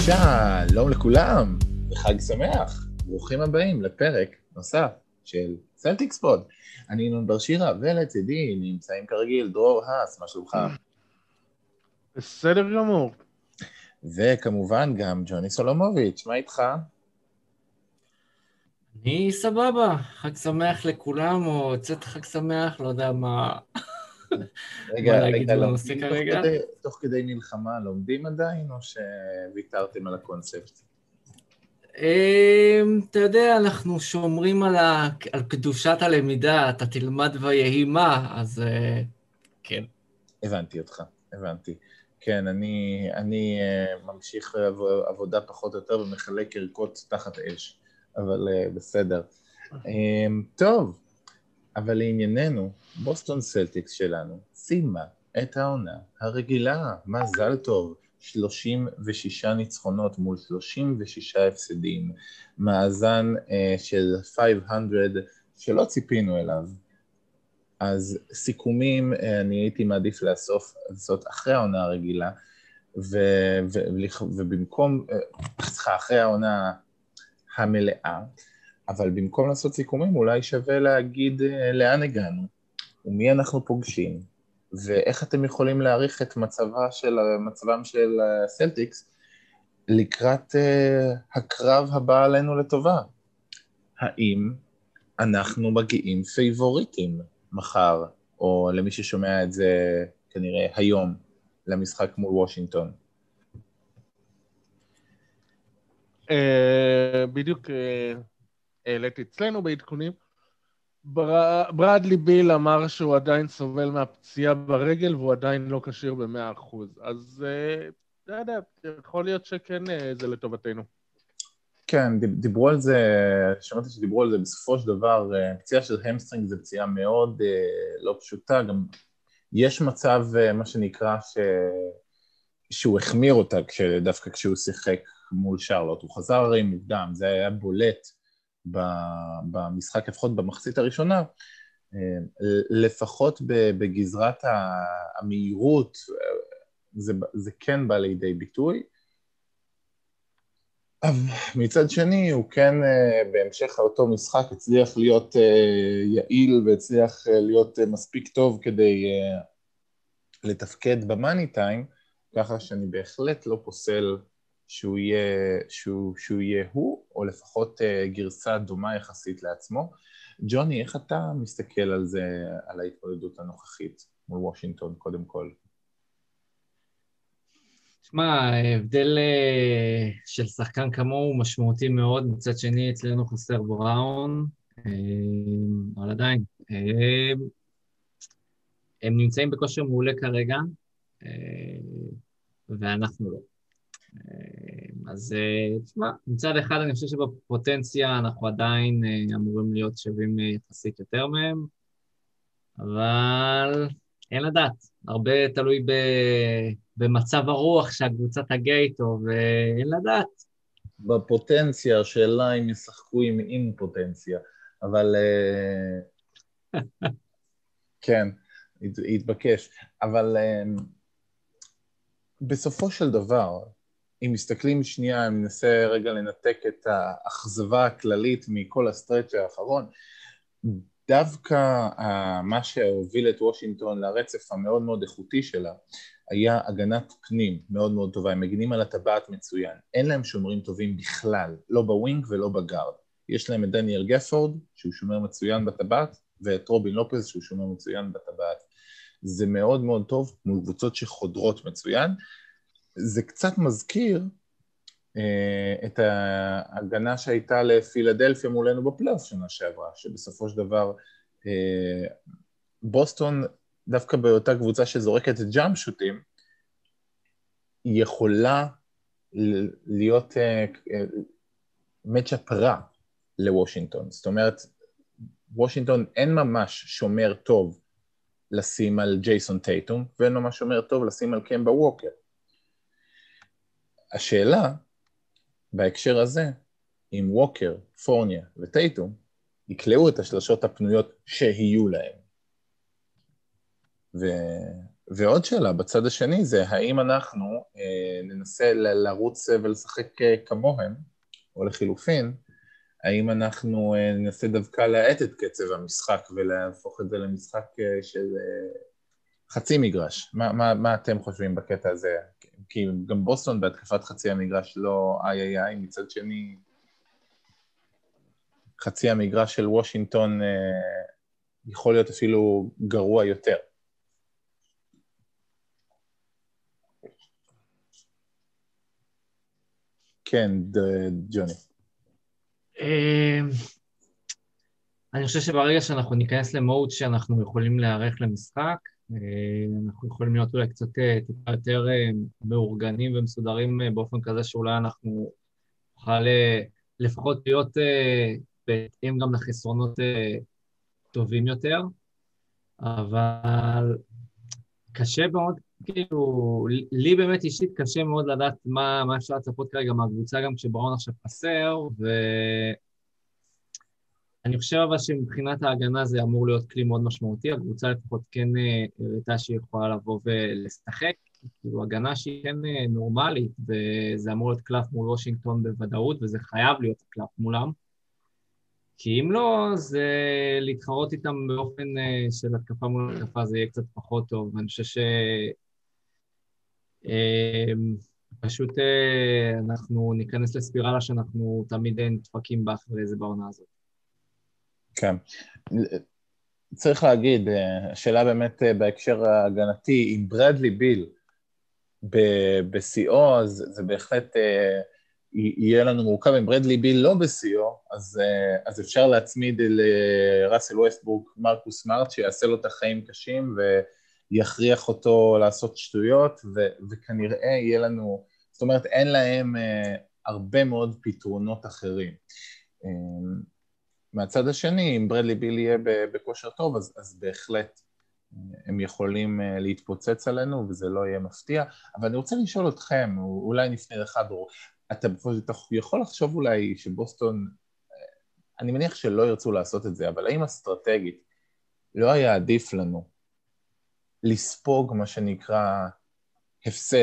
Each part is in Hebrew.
שלום לכולם, וחג שמח, ברוכים הבאים לפרק נוסף של סלטיקס פוד. אני ינון בר שירה, ולצידי נמצאים כרגיל דרור האס, מה שלומך? בסדר גמור. וכמובן גם ג'וני סולומוביץ', מה איתך? אני סבבה, חג שמח לכולם, או יוצאת חג שמח, לא יודע מה להגיד בנושא כרגע. תוך כדי מלחמה לומדים עדיין, או שוויתרתם על הקונספט? אתה יודע, אנחנו שומרים על קדושת הלמידה, אתה תלמד ויהי מה, אז כן. הבנתי אותך, הבנתי. כן, אני ממשיך עבודה פחות או יותר ומחלק ערכות תחת אש, אבל בסדר. טוב, אבל לענייננו, בוסטון סלטיקס שלנו סיימה את העונה הרגילה, מזל טוב, 36 ניצחונות מול 36 הפסדים, מאזן של 500 שלא ציפינו אליו. אז סיכומים אני הייתי מעדיף לעשות אחרי העונה הרגילה, ובמקום, אחרי העונה המלאה, אבל במקום לעשות סיכומים אולי שווה להגיד לאן הגענו, ומי אנחנו פוגשים, ואיך אתם יכולים להעריך את מצבם של סלטיקס לקראת הקרב הבא עלינו לטובה. האם אנחנו מגיעים פייבוריטים מחר, או למי ששומע את זה כנראה היום, למשחק מול וושינגטון? בדיוק העליתי אצלנו בעדכונים. ברדלי ביל אמר שהוא עדיין סובל מהפציעה ברגל, והוא עדיין לא כשיר ב100%. אז לא יודע, יכול להיות שכן זה לטובתנו. כן, דיברו על זה, שמעתי שדיברו על זה בסופו של דבר, פציעה של המסטרינג זה פציעה מאוד לא פשוטה, גם יש מצב, מה שנקרא, שהוא החמיר אותה דווקא כשהוא שיחק מול שרלוט, הוא חזר הרי מוקדם, זה היה בולט במשחק, לפחות במחצית הראשונה, לפחות בגזרת המהירות, זה כן בא לידי ביטוי, אבל מצד שני הוא כן בהמשך אותו משחק הצליח להיות יעיל והצליח להיות מספיק טוב כדי לתפקד במאני טיים, ככה שאני בהחלט לא פוסל שהוא יהיה הוא, או לפחות גרסה דומה יחסית לעצמו. ג'וני, איך אתה מסתכל על זה, על ההתמודדות הנוכחית מול וושינגטון קודם כל? תשמע, ההבדל של שחקן כמוהו הוא משמעותי מאוד, מצד שני אצלנו חסר בראון, אבל עדיין. הם נמצאים בכושר מעולה כרגע, ואנחנו לא. אז תשמע, מצד אחד אני חושב שבפוטנציה אנחנו עדיין אמורים להיות שווים יחסית יותר מהם, אבל אין לדעת, הרבה תלוי במצב הרוח שהקבוצה תגיע איתו, ואין לדעת. בפוטנציה, השאלה אם ישחקו עם פוטנציה, אבל כן, יתבקש, אבל בסופו של דבר, אם מסתכלים שנייה, אני מנסה רגע לנתק את האכזבה הכללית מכל הסטרץ' האחרון, דווקא מה שהוביל את וושינגטון לרצף המאוד מאוד איכותי שלה, היה הגנת פנים מאוד מאוד טובה, הם מגינים על הטבעת מצוין, אין להם שומרים טובים בכלל, לא בווינג ולא בגארד, יש להם את דניאל גפורד, שהוא שומר מצוין בטבעת, ואת רובין לופז, שהוא שומר מצוין בטבעת, זה מאוד מאוד טוב, מול קבוצות שחודרות מצוין, זה קצת מזכיר את ההגנה שהייתה לפילדלפיה מולנו בפלייאוף שנה שעברה, שבסופו של דבר בוסטון, דווקא באותה קבוצה שזורקת ג'אמפ שוטים, יכולה להיות מצ'אפ רע לוושינגטון. זאת אומרת, וושינגטון אין ממש שומר טוב לשים על ג'ייסון טייטום, ואין ממש שומר טוב לשים על קמבה ווקר. השאלה, בהקשר הזה, אם ווקר, פורניה וטייטום יקלעו את השלשות הפנויות שיהיו להם. ועוד שאלה, בצד השני זה, האם אנחנו ננסה לרוץ ולשחק כמוהם, או לחילופין, האם אנחנו ננסה דווקא להאט את קצב המשחק, ולהפוך את זה למשחק של חצי מגרש? מה אתם חושבים בקטע הזה? כי גם בוסטון בהתקפת חצי המגרש לא איי, מצד שני, חצי המגרש של וושינגטון יכול להיות אפילו גרוע יותר. כן, ג'וני. אני חושב שברגע שאנחנו ניכנס למוד שאנחנו יכולים להיערך למשחק, אנחנו יכולים להיות אולי קצת טיפה יותר מאורגנים ומסודרים באופן כזה שאולי אנחנו נוכל לפחות להיות בהתאם גם לחסרונות טובים יותר, אבל קשה מאוד, כאילו, לי באמת אישית קשה מאוד לדעת מה אפשר לצפות כרגע מהקבוצה גם כשבראון עכשיו חסר, אני חושב אבל שמבחינת ההגנה זה אמור להיות כלי מאוד משמעותי, הקבוצה לפחות כן הראתה שהיא יכולה לבוא ולשחק, כאילו הגנה שהיא כן נורמלית, וזה אמור להיות קלף מול וושינגטון בוודאות, וזה חייב להיות קלף מולם, כי אם לא, זה להתחרות איתם באופן של התקפה מול התקפה, זה יהיה קצת פחות טוב, ואני חושב פשוט אנחנו ניכנס לספירלה שאנחנו תמיד נדפקים בה אחרי זה בעונה הזאת. כן. צריך להגיד, השאלה באמת בהקשר ההגנתי, אם ברדלי ביל בשיאו, אז זה בהחלט יהיה לנו מורכב. אם ברדלי ביל לא בשיאו, אז אפשר להצמיד לראסל ווסטברוק מרקוס סמארט, שיעשה לו את החיים קשים ויכריח אותו לעשות שטויות, וכנראה יהיה לנו, זאת אומרת, אין להם הרבה מאוד פתרונות אחרים. מהצד השני, אם ברדלי ביל יהיה בכושר טוב, אז בהחלט הם יכולים להתפוצץ עלינו, וזה לא יהיה מפתיע. אבל אני רוצה לשאול אתכם, אולי נפנה לך דור, אתה יכול לחשוב אולי שבוסטון, אני מניח שלא ירצו לעשות את זה, אבל האם אסטרטגית לא היה עדיף לנו לספוג מה שנקרא הפסד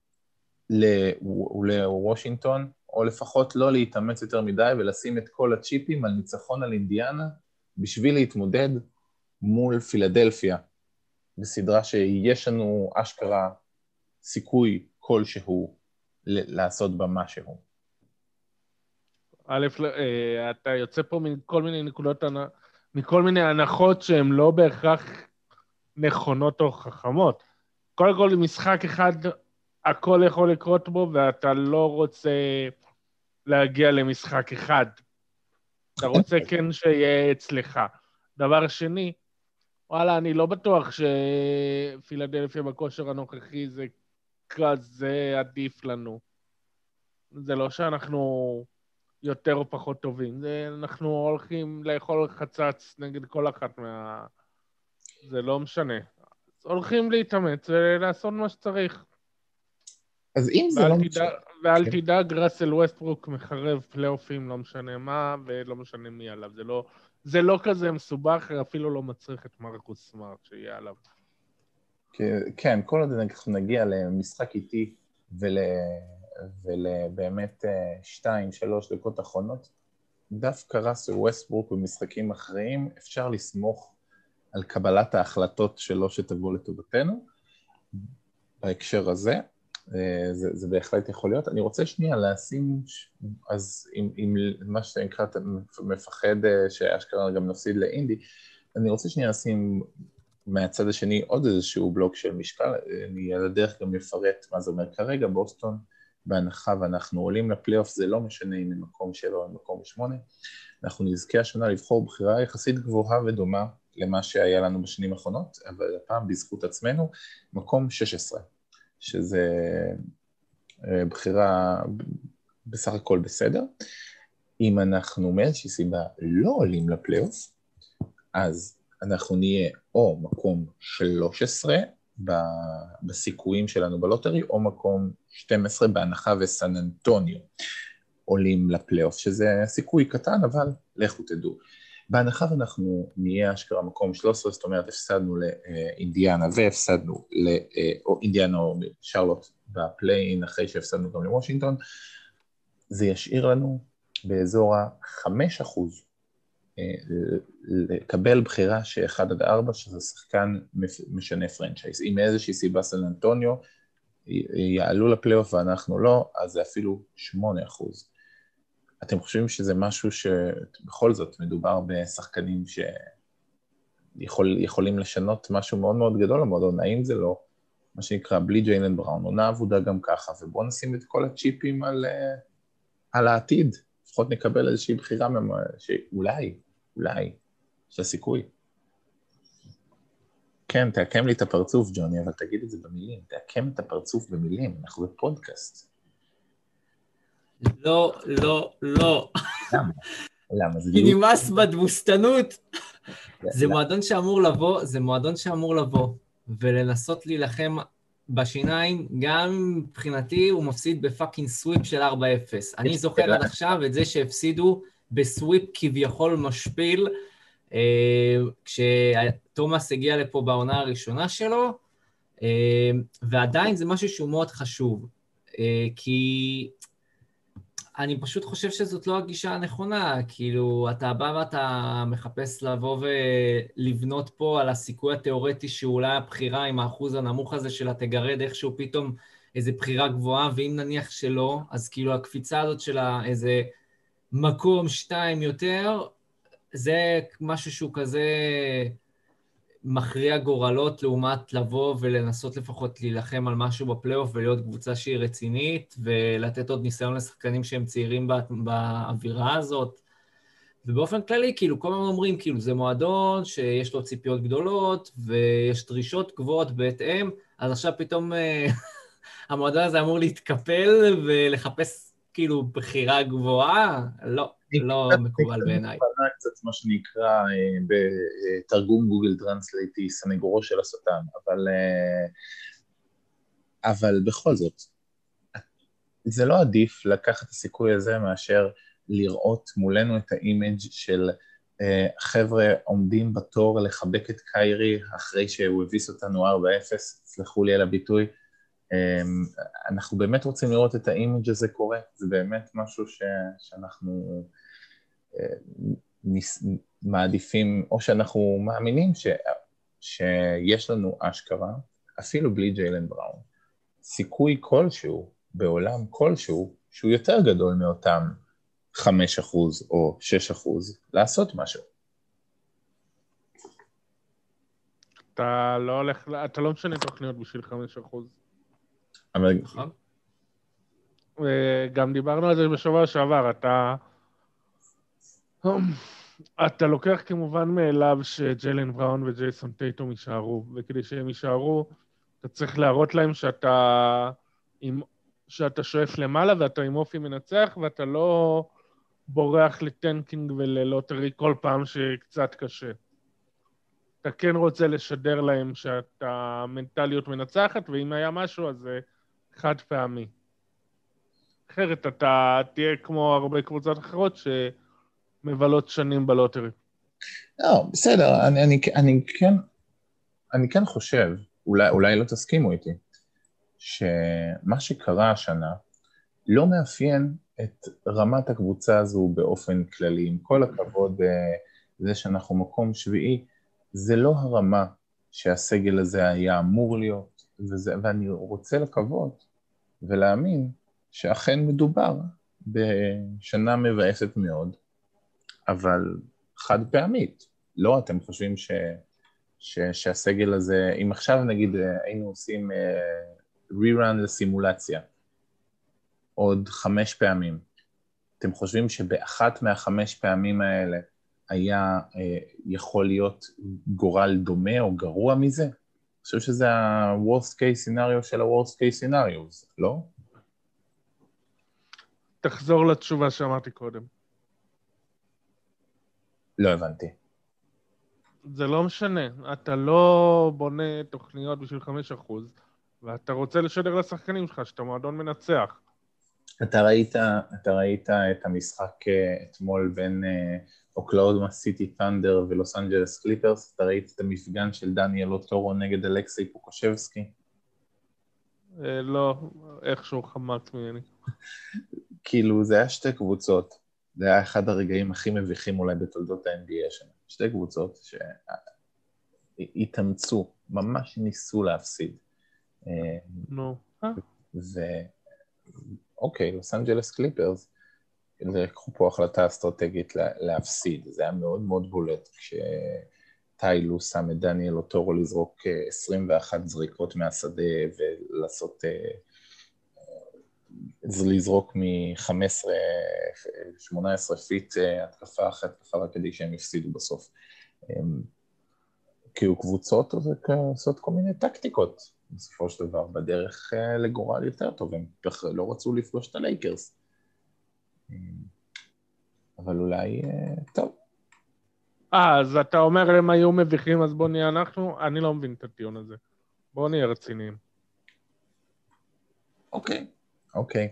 לוושינגטון, או לפחות לא להתאמץ יותר מדי ולשים את כל הצ'יפים על ניצחון על אינדיאנה, בשביל להתמודד מול פילדלפיה, בסדרה שיש לנו אשכרה סיכוי כלשהו לעשות בה משהו. א', אתה יוצא פה מכל מיני נקודות, מכל מיני הנחות שהן לא בהכרח נכונות או חכמות. קודם כל, משחק אחד, הכל יכול לקרות בו, ואתה לא רוצה להגיע למשחק אחד. אתה רוצה כן שיהיה אצלך. דבר שני, וואלה, אני לא בטוח שפילדלפיה בכושר הנוכחי זה כזה עדיף לנו. זה לא שאנחנו יותר או פחות טובים, אנחנו הולכים לאכול חצץ נגד כל אחת זה לא משנה. הולכים להתאמץ ולעשות מה שצריך. אז אם זה לא משנה... ואל תדאג, ראסל ווסטברוק מחרב פלייאופים, לא משנה מה, ולא משנה מי עליו. זה לא כזה מסובך, אפילו לא מצריך את מרקוס סמארט שיהיה עליו. כן, כל עוד אנחנו נגיע למשחק איטי ולבאמת 2-3 דקות אחרונות, דווקא ראסל ווסטברוק במשחקים אחרים, אפשר לסמוך על קבלת ההחלטות שלו שתבוא לטובתנו. בהקשר הזה, זה בהחלט יכול להיות. אני רוצה שנייה לשים, אז אם מה שנקרא, אתה מפחד שאשכרה גם נפסיד לאינדי, אני רוצה שנייה לשים מהצד השני עוד איזשהו בלוק של משקל, אני על הדרך גם מפרט מה זה אומר כרגע, בוסטון, בהנחה ואנחנו עולים לפלייאוף, זה לא משנה אם ממקום 7 או ממקום 8, אנחנו נזכה השנה לבחור בחירה יחסית גבוהה ודומה למה שהיה לנו בשנים האחרונות, אבל הפעם בזכות עצמנו, מקום 16, שזה בחירה בסך הכל בסדר. אם אנחנו מאיזושהי סיבה לא עולים לפלייאוף, אז אנחנו נהיה או מקום 13 בסיכויים שלנו בלוטרי, או מקום 12 בהנחה וסן אנטוניו עולים לפלייאוף, שזה סיכוי קטן, אבל לכו תדעו. בהנחה ואנחנו נהיה אשכרה מקום 13, זאת אומרת, הפסדנו לאינדיאנה והפסדנו או אינדיאנה או שרלוט בפליין, אחרי שהפסדנו גם לוושינגטון, זה ישאיר לנו באזור ה-5% לקבל בחירה ש1-4, שזה שחקן משנה פרנצ'ייז. אם מאיזושהי סיבה סן אנטוניו יעלו לפלייאוף ואנחנו לא, אז זה אפילו 8%. אתם חושבים שזה משהו שבכל זאת מדובר בשחקנים שיכולים לשנות משהו מאוד מאוד גדול למועדון? האם זה לא, מה שנקרא, בלי ג'יילן בראון, עונה עבודה גם ככה, ובואו נשים את כל הצ'יפים על העתיד, לפחות נקבל איזושהי בחירה שאולי, יש לה סיכוי. כן, תעקם לי את הפרצוף, ג'וני, אבל תגיד את זה במילים, תעקם את הפרצוף במילים, אנחנו בפודקאסט. לא. למה? כי נמאס בדבוסתנות. זה מועדון שאמור לבוא, ולנסות להילחם בשיניים, גם מבחינתי הוא מפסיד בפאקינג סוויפ של 4-0. אני זוכר עד עכשיו את זה שהפסידו בסוויפ כביכול משפיל, כשתומאס הגיע לפה בעונה הראשונה שלו, ועדיין זה משהו שהוא מאוד חשוב, כי אני פשוט חושב שזאת לא הגישה הנכונה, כאילו, אתה בא ואתה מחפש לבוא ולבנות פה על הסיכוי התיאורטי שאולי הבחירה עם האחוז הנמוך הזה שלה תגרד איכשהו פתאום איזו בחירה גבוהה, ואם נניח שלא, אז כאילו הקפיצה הזאת שלה איזה מקום 2 יותר, זה משהו שהוא כזה מכריע גורלות לעומת לבוא ולנסות לפחות להילחם על משהו בפלייאוף ולהיות קבוצה שהיא רצינית ולתת עוד ניסיון לשחקנים שהם צעירים באווירה הזאת. ובאופן כללי, כאילו, כל הזמן אומרים, כאילו, זה מועדון שיש לו ציפיות גדולות ויש דרישות גבוהות בהתאם, אז עכשיו פתאום המועדון הזה אמור להתקפל ולחפש כאילו בחירה גבוהה, לא מקובל בעיניי. קצת מה שנקרא בתרגום גוגל טרנסלייטי, סנגורו של השטן, אבל בכל זאת, זה לא עדיף לקחת את הסיכוי הזה מאשר לראות מולנו את האימג' של חבר'ה עומדים בתור לחבק את קיירי אחרי שהוא הביס אותנו 4-0, סלחו לי על הביטוי, אנחנו באמת רוצים לראות את האימג' הזה קורה, זה באמת משהו שאנחנו מעדיפים, או שאנחנו מאמינים שיש לנו אשכרה, אפילו בלי ג'יילן בראון, סיכוי כלשהו, בעולם כלשהו, שהוא יותר גדול מאותם 5% או 6% לעשות משהו. אתה לא משנה תוכניות בשביל 5%. אבל גם דיברנו על זה בשבוע שעבר, אתה לוקח כמובן מאליו שג'יילן בראון וג'ייסון טייטום יישארו, וכדי שהם יישארו, אתה צריך להראות להם שאתה שואף למעלה ואתה עם אופי מנצח, ואתה לא בורח לטנקינג וללוטרי כל פעם שקצת קשה. אתה כן רוצה לשדר להם שאתה מנטליות מנצחת, ואם היה משהו אז זה חד פעמי. אחרת אתה תהיה כמו הרבה קבוצות אחרות שמבלות שנים בלוטרי. לא, בסדר, אני כן חושב, אולי לא תסכימו איתי, שמה שקרה השנה לא מאפיין את רמת הקבוצה הזו באופן כללי. עם כל הכבוד זה שאנחנו מקום שביעי, זה לא הרמה שהסגל הזה היה אמור להיות, ואני רוצה לקוות ולהאמין שאכן מדובר בשנה מבאסת מאוד, אבל חד פעמית. לא, אתם חושבים שהסגל הזה, אם עכשיו נגיד היינו עושים רירן לסימולציה, עוד 5 פעמים, אתם חושבים שבאחת מה5 פעמים האלה היה יכול להיות גורל דומה או גרוע מזה? אני חושב שזה ה-worst case scenario של ה-worst case scenarios, לא? תחזור לתשובה שאמרתי קודם. לא הבנתי. זה לא משנה, אתה לא בונה תוכניות בשביל 5%, ואתה רוצה לשדר לשחקנים שלך שאתה מועדון מנצח. אתה ראית את המשחק אתמול בין אוקלאודומה סיטי ת'נדר ולוס אנג'לס קליפרס, אתה ראית את המפגן של דניאל אוטורו נגד אלכסי פוקושבסקי? לא, איכשהו חמק ממני. כאילו זה היה שתי קבוצות, זה היה אחד הרגעים הכי מביכים אולי בתולדות ה-NBA שנה, שתי קבוצות שהתאמצו, ממש ניסו להפסיד. נו. ואוקיי, לוס אנג'לס קליפרס, לקחו פה החלטה אסטרטגית להפסיד, זה היה מאוד מאוד בולט, כשטיילו שם את דניאל אוטורו לזרוק 21 זריקות מהשדה, ולעשות, לזרוק מ-15-18 פיט התקפה אחת, התקפה רק כדי שהם יפסידו בסוף. כאילו קבוצות עושות כל מיני טקטיקות, בסופו של דבר, בדרך לגורל יותר טוב, הם לא רצו לפגוש את הלייקרס. אבל אולי, טוב. אז אתה אומר הם היו מביכים, אז בוא נהיה אנחנו, אני לא מבין את הטיעון הזה. בוא נהיה רציניים. אוקיי.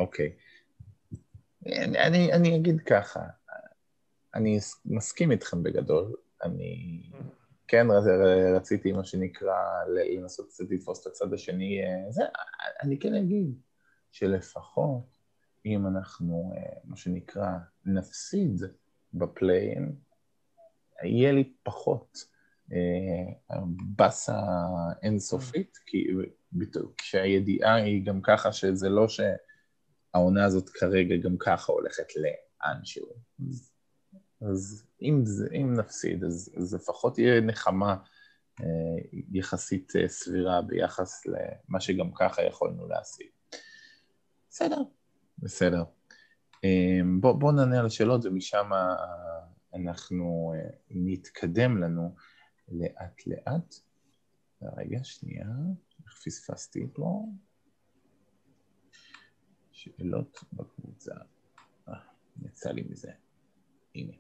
אני אגיד ככה, אני מסכים איתכם בגדול, אני כן רציתי מה שנקרא לנסות קצת לתפוס את הצד השני, אני כן אגיד שלפחות אם אנחנו, מה שנקרא, נפסיד בפליין, יהיה לי פחות בסה אינסופית, כי כשהידיעה היא גם ככה שזה לא שהעונה הזאת כרגע גם ככה הולכת לאנשהו. אז אם נפסיד, אז לפחות יהיה נחמה יחסית סבירה ביחס למה שגם ככה יכולנו להשיג. בסדר. בוא נענה על השאלות, ומשם אנחנו נתקדם לנו לאט לאט. רגע, שנייה, איך פספסתי פה? שאלות בקבוצה. יצא לי מזה. הנה.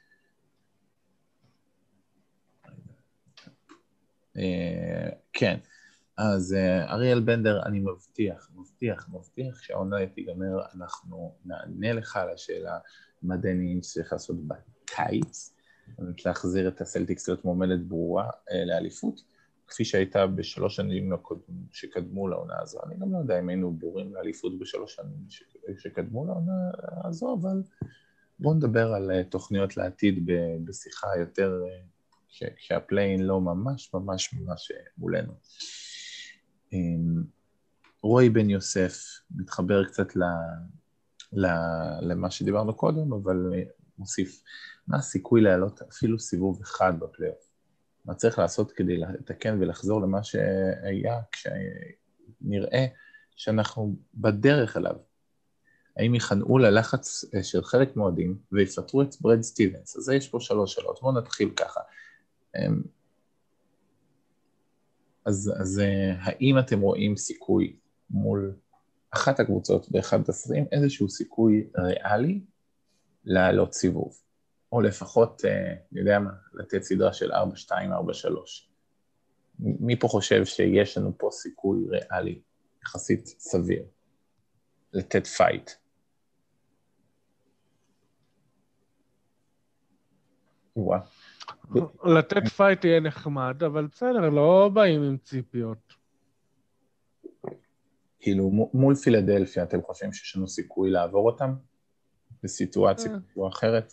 כן. אז אריאל בנדר, אני מבטיח שהעונה תיגמר, אנחנו נענה לך על השאלה מה דני אינג' צריך לעשות בקיץ, להחזיר את הסלטיקס להיות מועמדת ברורה לאליפות, כפי שהייתה בשלוש שנים שקדמו לעונה הזו. אני גם לא יודע אם היינו ברורים לאליפות בשלוש שנים שקדמו לעונה הזו, אבל בואו נדבר על תוכניות לעתיד בשיחה יותר, כשהפליין לא ממש מולנו. רועי בן יוסף מתחבר קצת למה שדיברנו קודם, אבל מוסיף, מה הסיכוי לעלות אפילו סיבוב אחד בפלייאוף? מה צריך לעשות כדי לתקן ולחזור למה שהיה כשנראה שאנחנו בדרך אליו? האם יכנעו ללחץ של חלק מועדים ויפטרו את ברד סטיבנס? אז יש פה 3 שאלות, בואו נתחיל ככה. אז האם אתם רואים סיכוי מול אחת הקבוצות באחד התסריטים, איזשהו סיכוי ריאלי לעלות סיבוב? או לפחות, אני יודע מה, לתת סדרה של 4-2, 4-3. מי פה חושב שיש לנו פה סיכוי ריאלי, יחסית סביר, לתת פייט? וואה. לתת פייט יהיה נחמד, אבל בסדר, לא באים עם ציפיות. כאילו, מול פילדלפיה, אתם חושבים שיש לנו סיכוי לעבור אותם? בסיטואציה אחרת?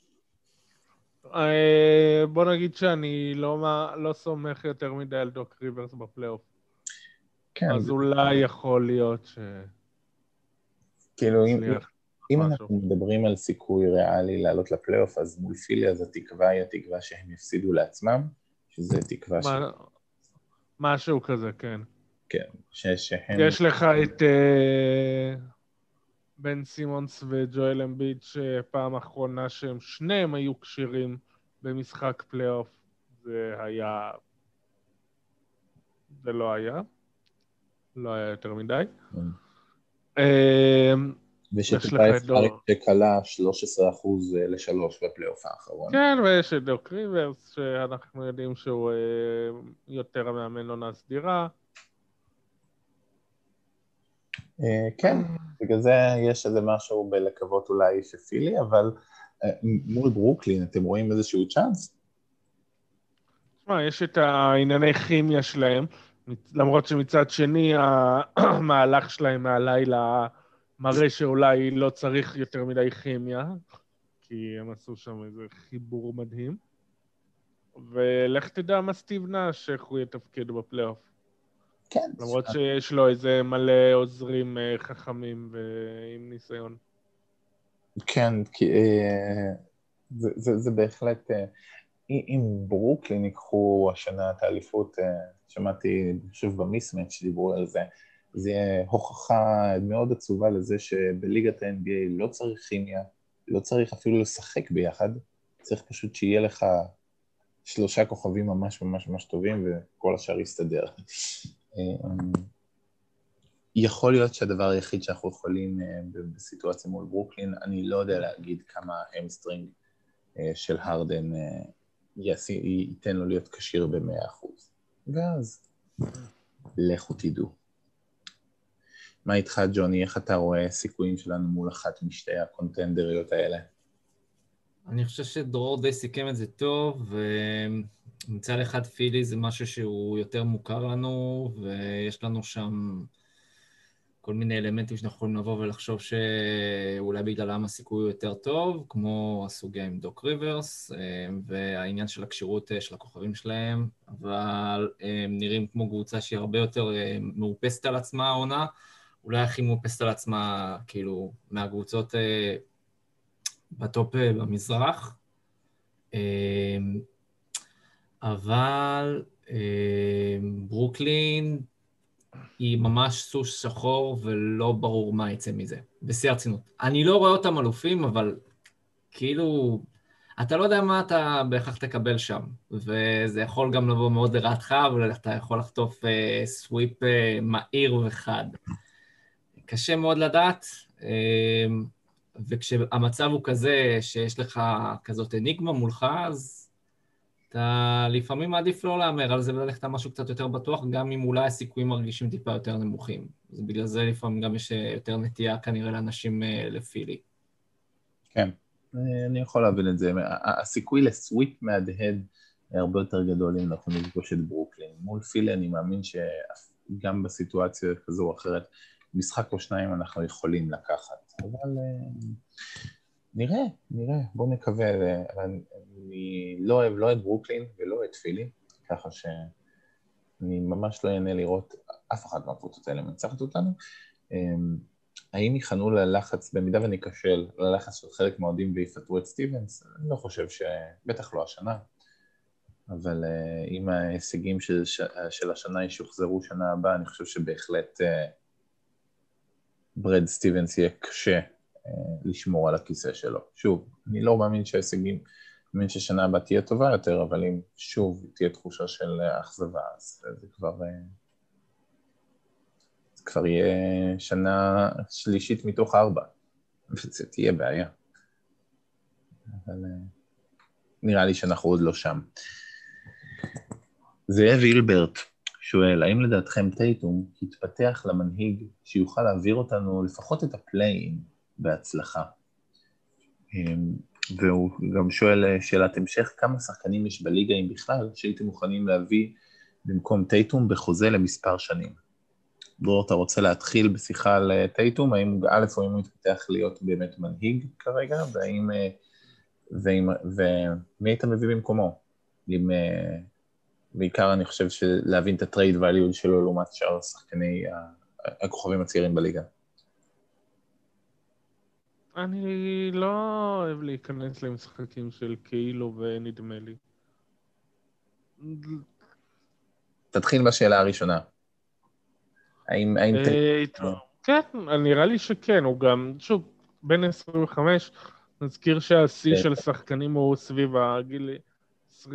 בוא נגיד שאני לא סומך יותר מדי על דוק ריברס בפלייאוף. כן. אז אולי יכול להיות ש... כאילו, אם אנחנו מדברים על סיכוי ריאלי לעלות לפלייאוף, אז מול פילי, אז התקווה היא התקווה שהם יפסידו לעצמם, שזה תקווה ש... משהו כזה, כן. כן, שהם... יש לך את בן סימונס וג'ואל אמביד, שפעם אחרונה שהם שניהם היו קשירים במשחק פלייאוף, זה לא היה יותר מדי. ושטבייס שקלה 13% ל3 בפלייאוף האחרון. כן, ויש את דוק ריברס, שאנחנו יודעים שהוא יותר המאמן עונה סדירה. כן, בגלל זה יש איזה משהו בלקוות אולי שפילי, אבל מול ברוקלין אתם רואים איזשהו צ'אנס? תשמע, יש את הענייני כימיה שלהם, למרות שמצד שני המהלך שלהם מהלילה מראה שאולי לא צריך יותר מדי כימיה, כי הם עשו שם איזה חיבור מדהים. ולך תדע מה סטיב נאש, איך הוא יתפקד בפלייאוף. כן. למרות שיש לו איזה מלא עוזרים חכמים ועם ניסיון. כן, כי זה בהחלט, אם ברוקלין ייקחו השנה את האליפות, שמעתי שוב במיסמץ' שדיברו על זה, זה יהיה הוכחה מאוד עצובה לזה שבליגת ה-NBA לא צריך כימיה, לא צריך אפילו לשחק ביחד, צריך פשוט שיהיה לך 3 כוכבים ממש ממש ממש טובים וכל השאר יסתדר. יכול להיות שהדבר היחיד שאנחנו יכולים בסיטואציה מול ברוקלין, אני לא יודע להגיד כמה המסטרינג של הרדן ייתן לו להיות קשיר ב100%. ואז לכו תדעו. מה איתך ג'וני, איך אתה רואה סיכויים שלנו מול אחת משתי הקונטנדריות האלה? אני חושב שדרור די סיכם את זה טוב, ומצד אחד פילי זה משהו שהוא יותר מוכר לנו, ויש לנו שם כל מיני אלמנטים שאנחנו יכולים לבוא ולחשוב שאולי בגללם הסיכוי הוא יותר טוב, כמו הסוגיה עם דוק ריברס, והעניין של הקשירות של הכוכבים שלהם, אבל הם נראים כמו קבוצה שהיא הרבה יותר מאופסת על עצמה העונה, אולי הכי מאופסת על עצמה, כאילו, מהקבוצות בטופ במזרח, אבל ברוקלין היא ממש סוס שחור ולא ברור מה יצא מזה, בשיא הרצינות. אני לא רואה אותם אלופים, אבל כאילו, אתה לא יודע מה אתה בהכרח תקבל שם, וזה יכול גם לבוא מאוד לרעתך, אבל אתה יכול לחטוף סוויפ מהיר וחד. קשה מאוד לדעת, וכשהמצב הוא כזה שיש לך כזאת אניגמה מולך, אז אתה לפעמים מעדיף לא לאמר על זה וללכת על משהו קצת יותר בטוח, גם אם אולי הסיכויים מרגישים טיפה יותר נמוכים. אז בגלל זה לפעמים גם יש יותר נטייה כנראה לאנשים לפילי. כן. אני יכול להבין את זה. הסיכוי לסוויפ מהדהד הרבה יותר גדול אם אנחנו נפגוש את ברוקלין. מול פילי אני מאמין שגם בסיטואציה כזו או אחרת, משחק או שניים אנחנו יכולים לקחת. אבל נראה, בואו נקווה. אני לא אוהב לא את ברוקלין ולא את פילי, ככה שאני ממש לא אענה לראות אף אחת מהקבוצות האלה מנצחת אותנו. האם יכנו ללחץ, במידה וניכשל, ללחץ של חלק מהאוהדים ויפטרו את סטיבנס? אני לא חושב בטח לא השנה, אבל אם ההישגים של השנה ישוחזרו שנה הבאה, אני חושב שבהחלט ברד סטיבנס יהיה קשה לשמור על הכיסא שלו. שוב, אני לא מאמין שההישגים, אני מאמין ששנה הבאה תהיה טובה יותר, אבל אם שוב תהיה תחושה של אכזבה, אז זה כבר יהיה שנה שלישית מתוך 4, וזה תהיה בעיה. אבל נראה לי שאנחנו עוד לא שם. זאב אילברט שואל, האם לדעתכם טייטום יתפתח למנהיג שיוכל להעביר אותנו לפחות את הפליין בהצלחה? והוא גם שואל שאלת המשך, כמה שחקנים יש בליגה אם בכלל שהייתם מוכנים להביא במקום טייטום בחוזה למספר שנים? דרור, אתה רוצה להתחיל בשיחה על טייטום? האם א' או אם הוא יתפתח להיות באמת מנהיג כרגע, ומי היית מביא במקומו? בעיקר אני חושב שלהבין את הטרייד ואליוד שלו לעומת שאר השחקני הכוכבים הצעירים בליגה. אני לא אוהב להיכנס למשחקים של כאילו ונדמה לי. תתחיל בשאלה הראשונה. האם כן, נראה לי שכן, הוא גם, שוב, בין 25, נזכיר שהשיא של שחקנים הוא סביב הגיל 28-29,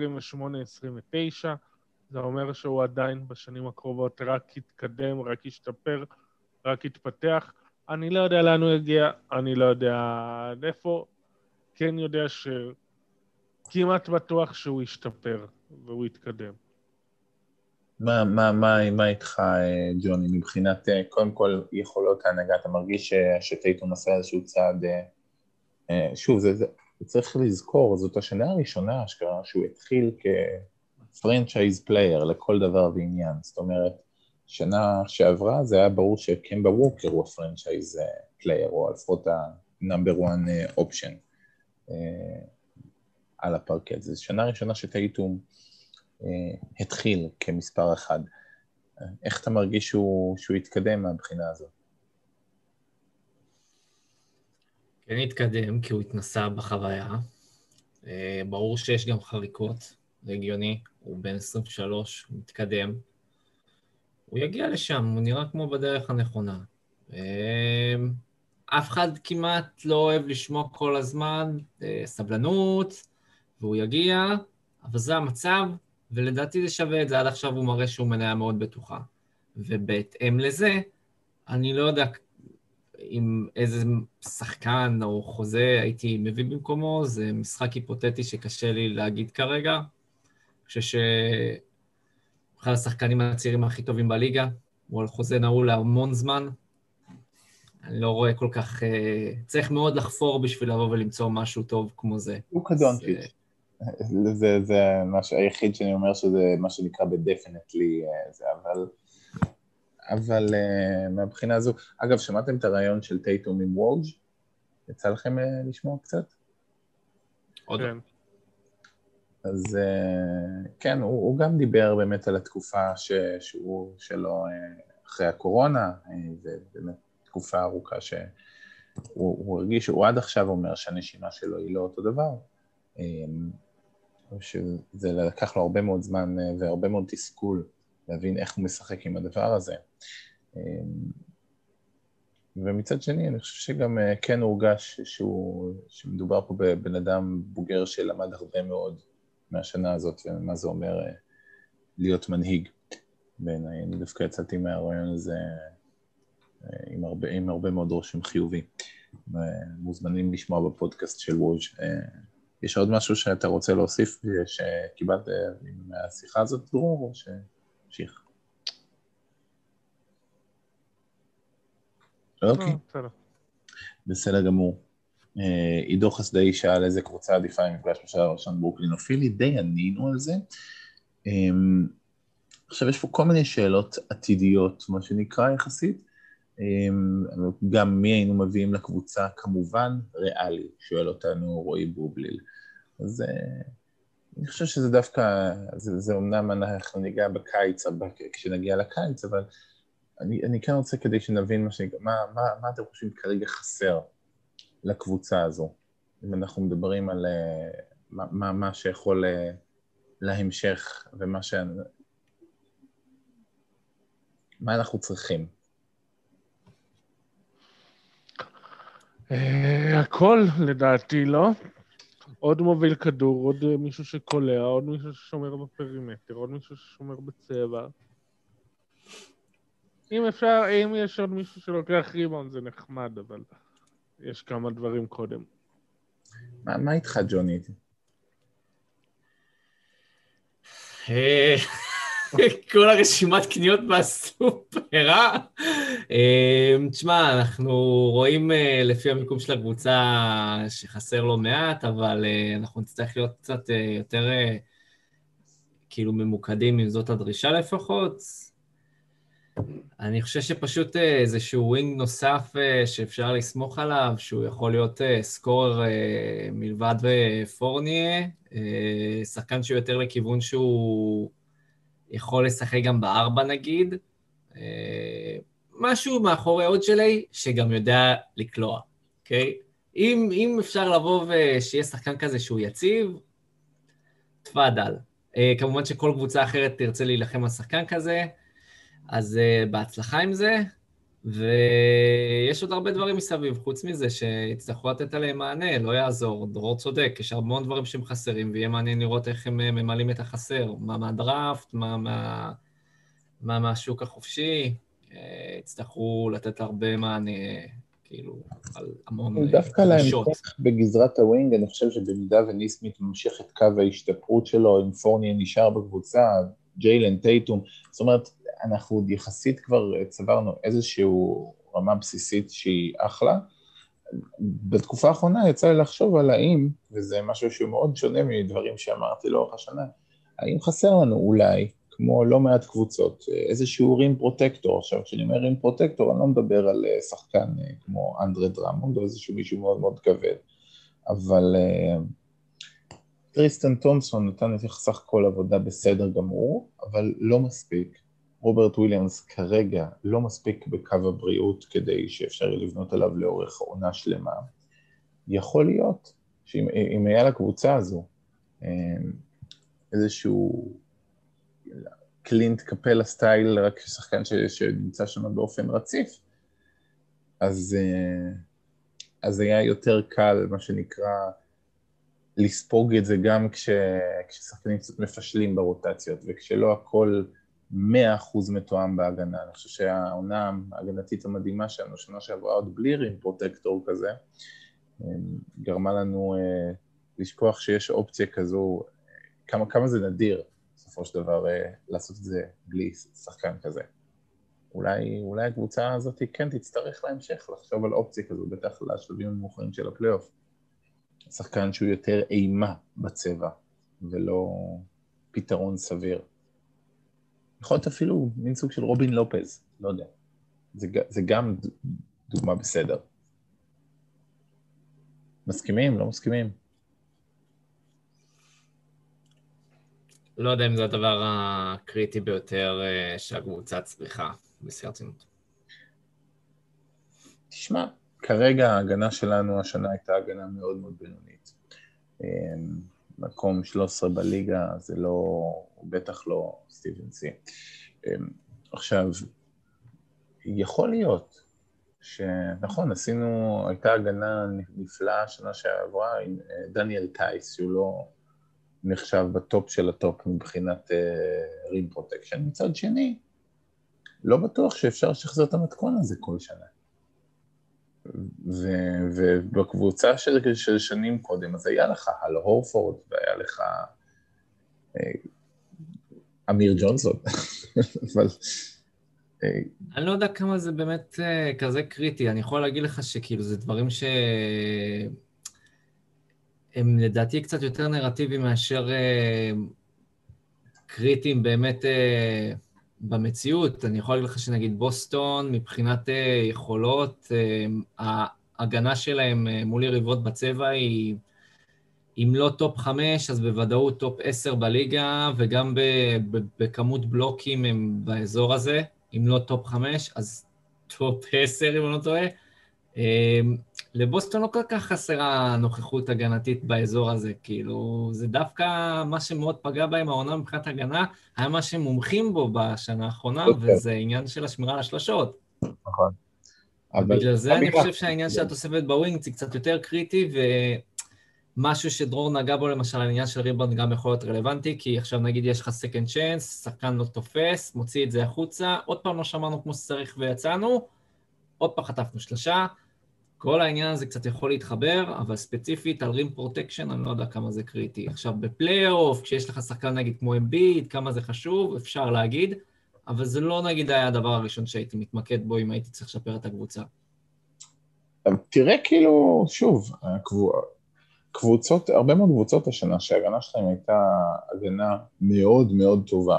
זה אומר שהוא עדיין בשנים הקרובות רק יתקדם, רק ישתפר, רק יתפתח. אני לא יודע לאן הוא יגיע, אני לא יודע איפה, כן יודע שכמעט בטוח שהוא ישתפר והוא יתקדם. מה איתך, ג'וני, מבחינת, קודם כל, יכולות ההנהגה, אתה מרגיש שטייטום עשה איזשהו צעד, שוב, צריך לזכור, זאת השנה הראשונה אשכרה שהוא התחיל כפרנצ'ייז פלייר לכל דבר ועניין, זאת אומרת, שנה שעברה זה היה ברור שקמבה ווקר הוא הפרנצ'ייז פלייר, או לפחות ה-number one option על הפרקט. זו שנה ראשונה שטייטום התחיל כמספר אחד. איך אתה מרגיש שהוא התקדם מהבחינה הזאת? כן התקדם, כי הוא התנסה בחוויה. ברור שיש גם חריקות, זה הגיוני, הוא בן 23, הוא מתקדם. הוא יגיע לשם, הוא נראה כמו בדרך הנכונה. אף אחד כמעט לא אוהב לשמוע כל הזמן, סבלנות, והוא יגיע, אבל זה המצב, ולדעתי זה שווה את זה, עד עכשיו הוא מראה שהוא מניה מאוד בטוחה. ובהתאם לזה, אני לא יודע אם איזה שחקן או חוזה הייתי מביא במקומו, זה משחק היפותטי שקשה לי להגיד כרגע. אני חושב אחד השחקנים הצעירים הכי טובים בליגה, הוא על חוזה נעול להמון זמן. אני לא רואה כל כך, צריך מאוד לחפור בשביל לבוא ולמצוא משהו טוב כמו זה. הוא כדונצ'יץ'. זה היחיד שאני אומר שזה מה שנקרא בדפינטלי, אבל מהבחינה הזו, אגב, שמעתם את הרעיון של טייטום עם ווג'? יצא לכם לשמוע קצת? עוד כן. אז כן, הוא גם דיבר באמת על התקופה שלו אחרי הקורונה, ובאמת תקופה ארוכה שהוא הרגיש, הוא עד עכשיו אומר שהנשימה שלו היא לא אותו דבר, שזה לקח לו הרבה מאוד זמן והרבה מאוד תסכול להבין איך הוא משחק עם הדבר הזה. ומצד שני, אני חושב שגם כן הורגש שמדובר פה בבן אדם בוגר שלמד הרבה מאוד מהשנה הזאת, ומה זה אומר להיות מנהיג. בעיניי, אני דווקא יצאתי מהרעיון הזה עם הרבה מאוד רושם חיובי. מוזמנים לשמוע בפודקאסט של ווז'. יש עוד משהו שאתה רוצה להוסיף שקיבלת מהשיחה הזאת, דרור, או שתמשיך? אוקיי. בסדר גמור. עידו חסדאי שאל איזה קבוצה עדיפה במפגש בשער הראשון ברוקלין או פילי, די ענינו על זה. עכשיו יש פה כל מיני שאלות עתידיות, מה שנקרא יחסית, גם מי היינו מביאים לקבוצה, כמובן ריאלי, שואל אותנו רועי בובליל. אז אני חושב שזה דווקא, זה אומנם אנחנו ניגע בקיץ, כשנגיע לקיץ, אבל אני כן רוצה כדי שנבין מה אתם חושבים כרגע חסר לקבוצה הזו. אם אנחנו מדברים על מה שיכול להמשך מה אנחנו צריכים. הכל לדעתי, לא? עוד מוביל כדור, עוד מישהו שקולע, עוד מישהו ששומר בפרימטר, עוד מישהו ששומר בצבע. אם יש עוד מישהו שלוקח ריבאונד זה נחמד, אבל יש כמה דברים קודם. מה איתך, ג'וני? כל הרשימת קניות בסופר, תשמע, אנחנו רואים לפי המיקום של הקבוצה שחסר לו מעט, אבל אנחנו נצטרך להיות קצת יותר כאילו ממוקדים, אם זאת הדרישה לפחות. אני חושב שפשוט איזשהו ווינג נוסף שאפשר לסמוך עליו, שהוא יכול להיות סקורר מלבד ופורניה, שחקן שהוא יותר לכיוון שהוא יכול לשחק גם בארבע נגיד, משהו מאחורי עוד שלי שגם יודע לקלוע, אוקיי? אם אפשר לבוא ושיהיה שחקן כזה שהוא יציב, תפאדל. כמובן שכל קבוצה אחרת תרצה להילחם על שחקן כזה, אז בהצלחה עם זה, ויש עוד הרבה דברים מסביב, חוץ מזה שיצטרכו לתת עליהם מענה, לא יעזור, דרור צודק, יש הרבה דברים שהם חסרים, ויהיה מעניין לראות איך הם ממלאים את החסר, מה מהדראפט, מה מהשוק החופשי, יצטרכו לתת הרבה מענה, כאילו, על המון דרישות. דווקא להמשך בגזרת הווינג, אני חושב שבמידה וניסמית ממשיך את קו ההשתפרות שלו, אם פורניה נשאר בקבוצה, ג'יילן, טייטום, זאת אומרת, אנחנו יחסית כבר צברנו איזשהו רמה בסיסית שהיא אחלה, בתקופה האחרונה יצא לי לחשוב על האם, וזה משהו שהוא מאוד שונה מדברים שאמרתי לאורך השנה, האם חסר לנו אולי, כמו לא מעט קבוצות, איזשהו רים פרוטקטור. עכשיו, כשאני אומר רים פרוטקטור, אני לא מדבר על שחקן כמו אנדרה דרמונד, או איזשהו מישהו מאוד מאוד כבד, אבל טריסטן תומפסון נתן את סך כל עבודה בסדר גמור, אבל לא מספיק. רוברט וויליאמס כרגע לא מספיק בקו הבריאות כדי שאפשר לבנות עליו לאורך עונה שלמה. יכול להיות שאם היה לקבוצה הזו איזשהו קלינט קפלה סטייל, רק שחקן שנמצא שם באופן רציף, אז היה יותר קל, מה שנקרא, לספוג את זה גם כששחקנים קצת מפשלים ברוטציות, וכשלא הכל 100% מתואם בהגנה. אני חושב שהעונה ההגנתית המדהימה שלנו, שנה שעברה עוד בלי רים פרוטקטור כזה, גרמה לנו לשכוח שיש אופציה כזו, כמה זה נדיר, בסופו של דבר, לעשות את זה בלי שחקן כזה. אולי הקבוצה הזאת כן תצטרך להמשך לחשוב על אופציה כזו, בטח לשלבים המאוחרים של הפלייאוף. שחקן שהוא יותר אימה בצבע, ולא פתרון סביר. יכול להיות אפילו מין סוג של רובין לופז, לא יודע. זה גם דוגמה בסדר. מסכימים? לא מסכימים? לא יודע אם זה הדבר הקריטי ביותר שהקבוצה צריכה בסרצינות. תשמע, כרגע ההגנה שלנו השנה הייתה הגנה מאוד מאוד בינונית. מקום 13 בליגה, זה לא, בטח לא סטיבן סי. עכשיו, יכול להיות שנכון, הייתה הגנה נפלאה שנה שעברה עם דניאל טייס, שהוא לא נחשב בטופ של הטופ מבחינת רים פרוטקשן. מצד שני, לא בטוח שאפשר לשחזר את המתכון הזה כל שנה. ובקבוצה של שנים קודם, אז היה לך הל הורפורד, והיה לך אמיר ג'ונסון, אבל... אני לא יודע כמה זה באמת כזה קריטי, אני יכול להגיד לך שכאילו זה דברים הם לדעתי קצת יותר נרטיביים מאשר קריטיים באמת במציאות. אני יכול להגיד לך שנגיד בוסטון, מבחינת יכולות, ההגנה שלהם מול יריבות בצבע היא, אם לא טופ 5, אז בוודאות טופ 10 בליגה, וגם בכמות בלוקים הם באזור הזה, אם לא טופ 5, אז טופ 10 אם אני לא טועה. לבוסטון לא כל כך חסרה נוכחות הגנתית באזור הזה, כאילו זה דווקא מה שמאוד פגע בהם העונה מבחינת הגנה, היה מה שהם מומחים בו בשנה האחרונה, וזה עניין של השמירה על השלשות. נכון. בגלל זה אני חושב שהעניין של התוספת בווינג זה קצת יותר קריטי, ומשהו שדרור נגע בו למשל, העניין של ריבאונד גם יכול להיות רלוונטי, כי עכשיו נגיד יש לך second chance, שחקן לא תופס, מוציא את זה החוצה, עוד פעם לא שמענו כמו שצריך ויצאנו, עוד פעם חטפנו שלושה, כל העניין הזה קצת יכול להתחבר, אבל ספציפית על רים פרוטקשן, אני לא יודע כמה זה קריטי. עכשיו, בפלייאוף, כשיש לך שחקן נגיד כמו אמביד, כמה זה חשוב, אפשר להגיד, אבל זה לא נגיד היה הדבר הראשון שהייתי מתמקד בו, אם הייתי צריך לשפר את הקבוצה. תראה כאילו, שוב, קבוצות, הרבה מאוד קבוצות השנה, שההגנה שלהם הייתה הגנה מאוד מאוד טובה,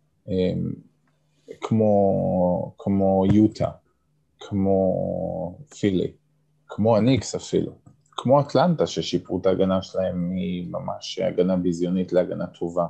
כמו יוטה, כמו פילי, כמו הניקס אפילו, כמו אטלנטה ששיפרו את ההגנה שלהם ממש הגנה ביזיונית להגנה טובה.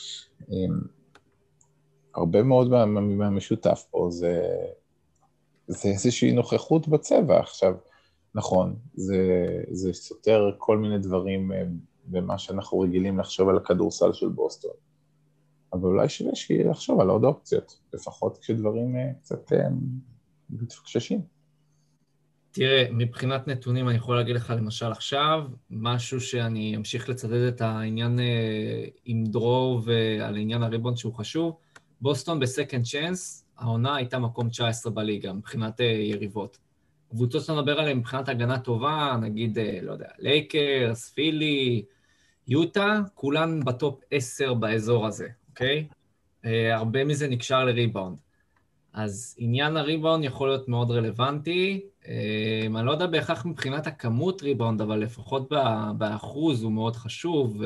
הרבה מאוד מהמשותף פה זה איזושהי נוכחות בצבע. עכשיו, נכון, זה סותר כל מיני דברים במה שאנחנו רגילים לחשוב על הכדורסל של בוסטון, אבל אולי שווה לחשוב על עוד אופציות, לפחות כשדברים קצת מתפקששים. תראה, מבחינת נתונים אני יכול להגיד לך למשל עכשיו, משהו שאני אמשיך לצדד את העניין עם דרור ועל עניין הריבון שהוא חשוב, בוסטון בסקנד צ'אנס, העונה הייתה מקום 19 בליגה מבחינת יריבות. קבוצות שנדבר עליהן מבחינת הגנה טובה, נגיד, לא יודע, לייקרס, פילי, יוטה, כולן בטופ 10 באזור הזה, אוקיי? הרבה מזה נקשר לריבאונד. אז עניין הריבאונד יכול להיות מאוד רלוונטי, אני לא יודע בהכרח מבחינת הכמות ריבאונד, אבל לפחות באחוז הוא מאוד חשוב,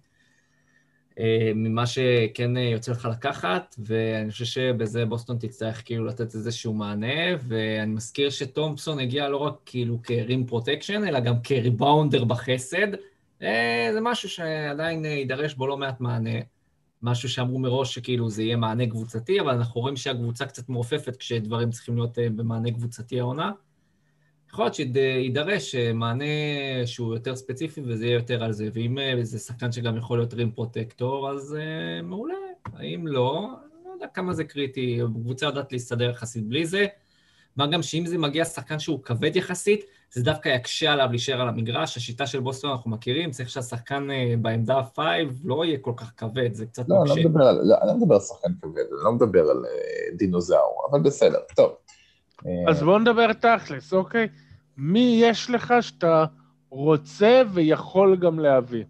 ממה שכן יוצא לך לקחת, ואני חושב שבזה בוסטון תצטרך כאילו לתת איזשהו מענה, ואני מזכיר שתומפסון הגיע לא רק כאילו כרים פרוטקשן, אלא גם כריבאונדר בחסד, זה משהו שעדיין יידרש בו לא מעט מענה, משהו שאמרו מראש שכאילו זה יהיה מענה קבוצתי, אבל אנחנו רואים שהקבוצה קצת מעופפת כשדברים צריכים להיות במענה קבוצתי העונה. יכול להיות שידרש מענה שהוא יותר ספציפי וזה יהיה יותר על זה, ואם זה שחקן שגם יכול להיות רים פרוטקטור, אז מעולה. האם לא, אני לא יודע כמה זה קריטי, קבוצה יודעת להסתדר יחסית בלי זה, מה גם שאם זה מגיע שחקן שהוא כבד יחסית, זה דווקא יקשה עליו להישאר על המגרש, השיטה של בוסטון אנחנו מכירים, צריך שהשחקן בעמדה 5 לא יהיה כל כך כבד, זה קצת מקשה. אני לא מדבר על שחקן כבד, אני לא מדבר על דינוזאור, אבל בסדר, טוב. אז בואו נדבר תכלס, אוקיי? מי יש לך שאתה רוצה ויכול גם להביא?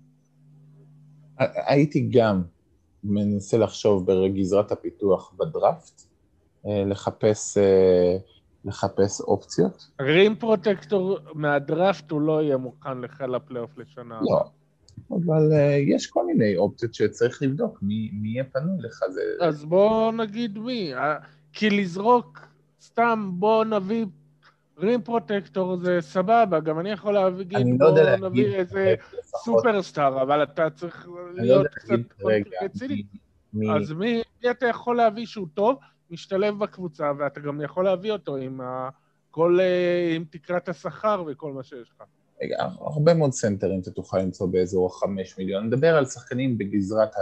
הייתי גם מנסה לחשוב בגזרת הפיתוח בדראפט, לחפש אופציות. רים פרוטקטור מהדראפט הוא לא יהיה מוכן לך לפלייאוף לשנה. לא, אבל יש כל מיני אופציות שצריך לבדוק, מי יהיה פנוי לך. אז בוא נגיד מי, כי לזרוק סתם בוא נביא רים פרוטקטור זה סבבה, גם אני יכול להגיד בוא נביא איזה סופרסטאר, אבל אתה צריך להיות קצת רציני. אז מי אתה יכול להביא שהוא טוב, משתלב בקבוצה, ואתה גם יכול להביא אותו עם תקרת השכר וכל מה שיש לך. הרבה מאוד סנטרים אתה תוכל למצוא באזור 5 מיליון. נדבר על שחקנים בגזרת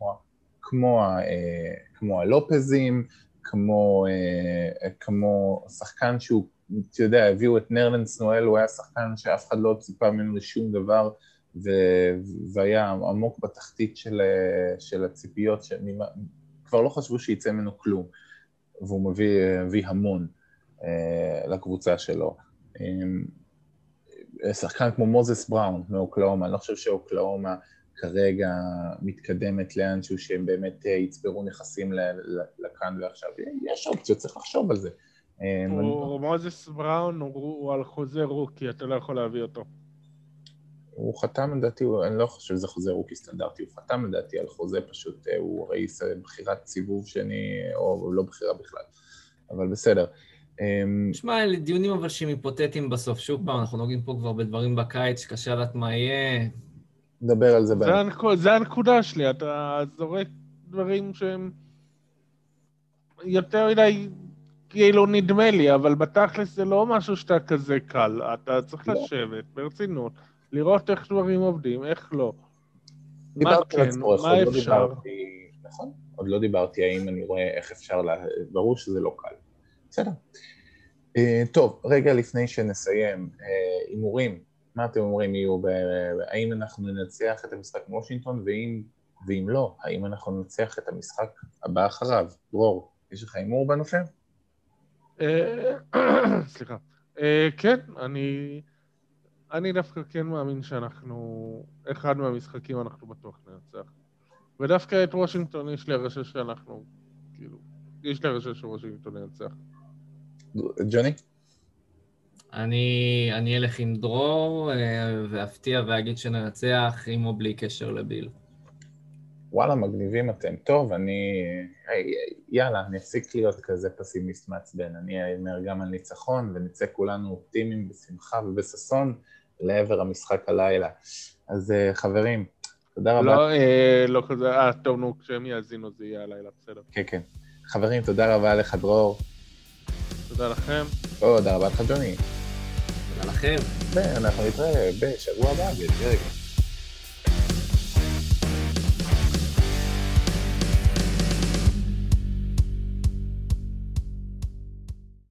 כמו הלופזים, כמו שחקן שהוא, אתה יודע, הביאו את נרלנס נואל, הוא היה שחקן שאף אחד לא ציפה ממנו לשום דבר, והיה עמוק בתחתית של הציפיות, כבר לא חשבו שיצא ממנו כלום, והוא מביא המון לקבוצה שלו. שחקן כמו מוזס בראון מאוקלאומה, אני לא חושב שאוקלאומה כרגע מתקדמת לאנשהו שהם באמת יצברו נכסים לכאן ועכשיו. יש אופציות, צריך לחשוב על זה. מוזס בראון הוא על חוזה רוקי, אתה לא יכול להביא אותו. הוא חתם לדעתי, אני לא חושב שזה חוזה רוקי סטנדרטי, הוא חתם לדעתי על חוזה פשוט, הוא ראיס בחירת סיבוב שני, או לא בחירה בכלל, אבל בסדר. נשמע, אלה דיונים אבל שהם היפותטיים בסוף, שוב פעם, אנחנו נוגעים פה כבר בדברים בקיץ, שקשה לדעת מה יהיה. נדבר על זה. זה הנקודה שלי, אתה זורק דברים שהם יותר מדי כאילו נדמה לי, אבל בתכלס זה לא משהו שאתה כזה קל, אתה צריך לשבת ברצינות, לראות איך דברים עובדים, איך לא. מה כן, מה אפשר. נכון, עוד לא דיברתי האם אני רואה איך אפשר, ברור שזה לא קל. בסדר. טוב, רגע לפני שנסיים, הימורים, מה אתם אומרים יהיו, האם אנחנו ננצח את המשחק מוושינגטון, ואם לא, האם אנחנו ננצח את המשחק הבא אחריו? דרור, יש לך הימור בנושא? סליחה. כן, אני דווקא כן מאמין שאנחנו, אחד מהמשחקים אנחנו בטוח ננצח. ודווקא את וושינגטון יש לי הרגשה שאנחנו, כאילו, יש לי הרגשה שוושינגטון ננצח. ג'וני? אני אלך עם דרור, ואפתיע ואגיד שננצח עם או בלי קשר לביל. וואלה, מגניבים אתם. טוב, יאללה, אני אפסיק להיות כזה פסימיסט מעצבן. אני אומר גם על ניצחון, ונצא כולנו אופטימיים בשמחה ובססון לעבר המשחק הלילה. אז חברים, תודה רבה. לא כזה, טוב, נו, כשהם יאזינו זה יהיה הלילה, בסדר. כן, כן. חברים, תודה רבה לך, דרור. תודה לכם. תודה רבה לך, ג'וני. תודה לכם. ואנחנו נתראה בשבוע הבא, ברגע.